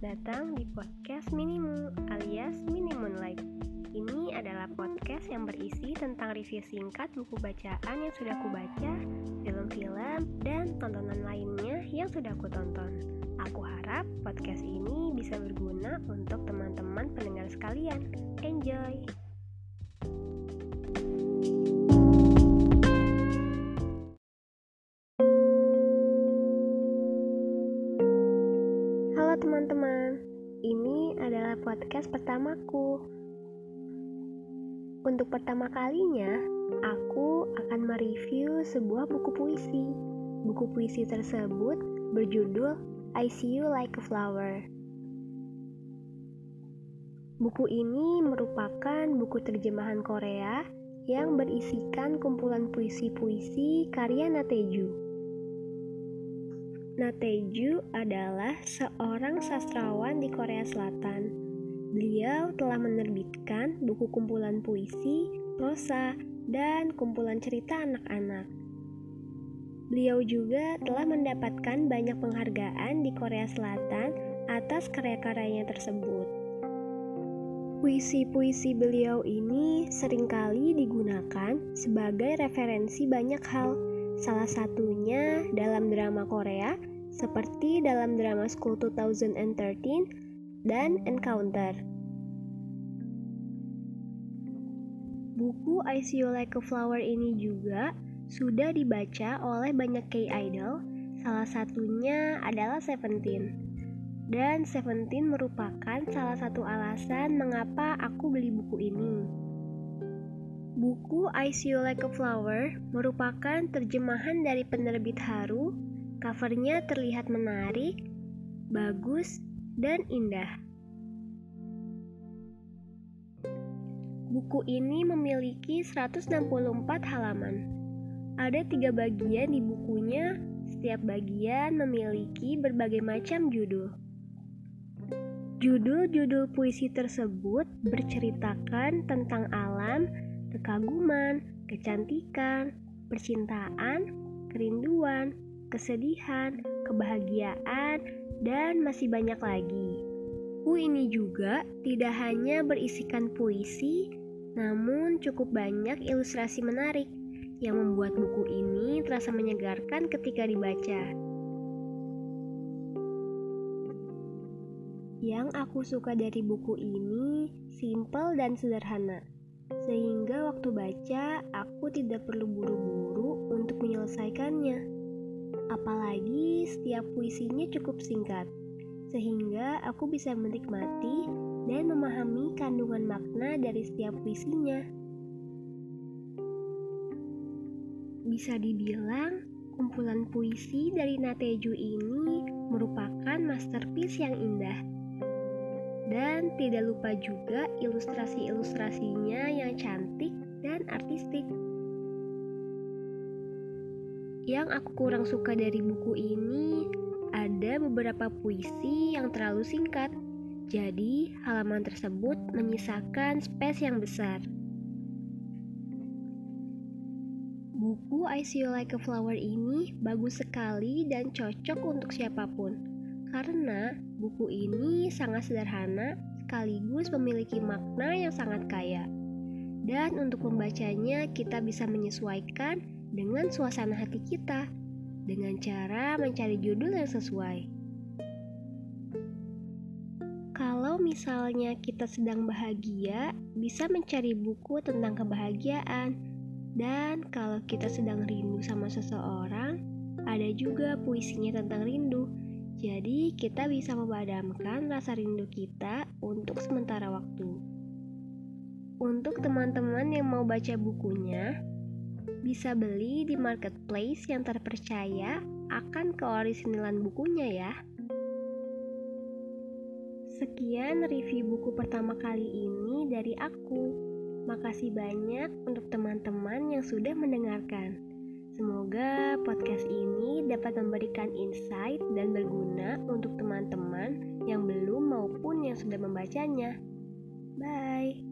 datang di podcast Minimu alias Mini Moonlight. Ini adalah podcast yang berisi tentang review singkat buku bacaan yang sudah aku baca, film-film, dan tontonan lainnya yang sudah aku tonton. Aku harap podcast ini bisa berguna untuk teman-teman pendengar sekalian. Enjoy! Halo teman-teman, ini adalah podcast pertamaku. Untuk pertama kalinya, aku akan mereview sebuah buku puisi. Buku puisi tersebut berjudul I See You Like a Flower. Buku ini merupakan buku terjemahan Korea yang berisikan kumpulan puisi-puisi karya Na Tae-ju. Na Tae-ju adalah seorang sastrawan di Korea Selatan. Beliau telah menerbitkan buku kumpulan puisi, prosa, dan kumpulan cerita anak-anak. Beliau juga telah mendapatkan banyak penghargaan di Korea Selatan atas karya-karyanya tersebut. Puisi-puisi beliau ini seringkali digunakan sebagai referensi banyak hal. Salah satunya dalam drama Korea, seperti dalam drama School 2013 dan Encounter. Buku I See You Like a Flower ini juga sudah dibaca oleh banyak K-idol, salah satunya adalah Seventeen. Dan Seventeen merupakan salah satu alasan mengapa aku beli buku ini. Buku I See You Like a Flower merupakan terjemahan dari penerbit Haru. Covernya terlihat menarik, bagus, dan indah. Buku ini memiliki 164 halaman. Ada 3 bagian di bukunya, setiap bagian memiliki berbagai macam judul. Judul-judul puisi tersebut berceritakan tentang alam, kekaguman, kecantikan, percintaan, kerinduan, kesedihan, kebahagiaan, dan masih banyak lagi. Buku ini juga tidak hanya berisikan puisi, namun cukup banyak ilustrasi menarik yang membuat buku ini terasa menyegarkan ketika dibaca. Yang aku suka dari buku ini simple dan sederhana. Sehingga waktu baca, aku tidak perlu buru-buru untuk menyelesaikannya. Apalagi setiap puisinya cukup singkat, sehingga aku bisa menikmati dan memahami kandungan makna dari setiap puisinya. Bisa dibilang, kumpulan puisi dari Na Tae-ju ini merupakan masterpiece yang indah. Dan tidak lupa juga ilustrasi-ilustrasinya yang cantik dan artistik. Yang aku kurang suka dari buku ini, ada beberapa puisi yang terlalu singkat. Jadi, halaman tersebut menyisakan space yang besar. Buku I See You Like a Flower ini bagus sekali dan cocok untuk siapapun. Karena buku ini sangat sederhana sekaligus memiliki makna yang sangat kaya. Dan untuk membacanya kita bisa menyesuaikan dengan suasana hati kita dengan cara mencari judul yang sesuai. Kalau misalnya kita sedang bahagia, bisa mencari buku tentang kebahagiaan. Dan kalau kita sedang rindu sama seseorang, ada juga puisinya tentang rindu. Jadi kita bisa memadamkan rasa rindu kita untuk sementara waktu. Untuk teman-teman yang mau baca bukunya, bisa beli di marketplace yang terpercaya akan keoriginalan bukunya ya. Sekian review buku pertama kali ini dari aku. Makasih banyak untuk teman-teman yang sudah mendengarkan. Semoga podcast ini dapat memberikan insight dan berguna untuk teman-teman yang belum maupun yang sudah membacanya. Bye!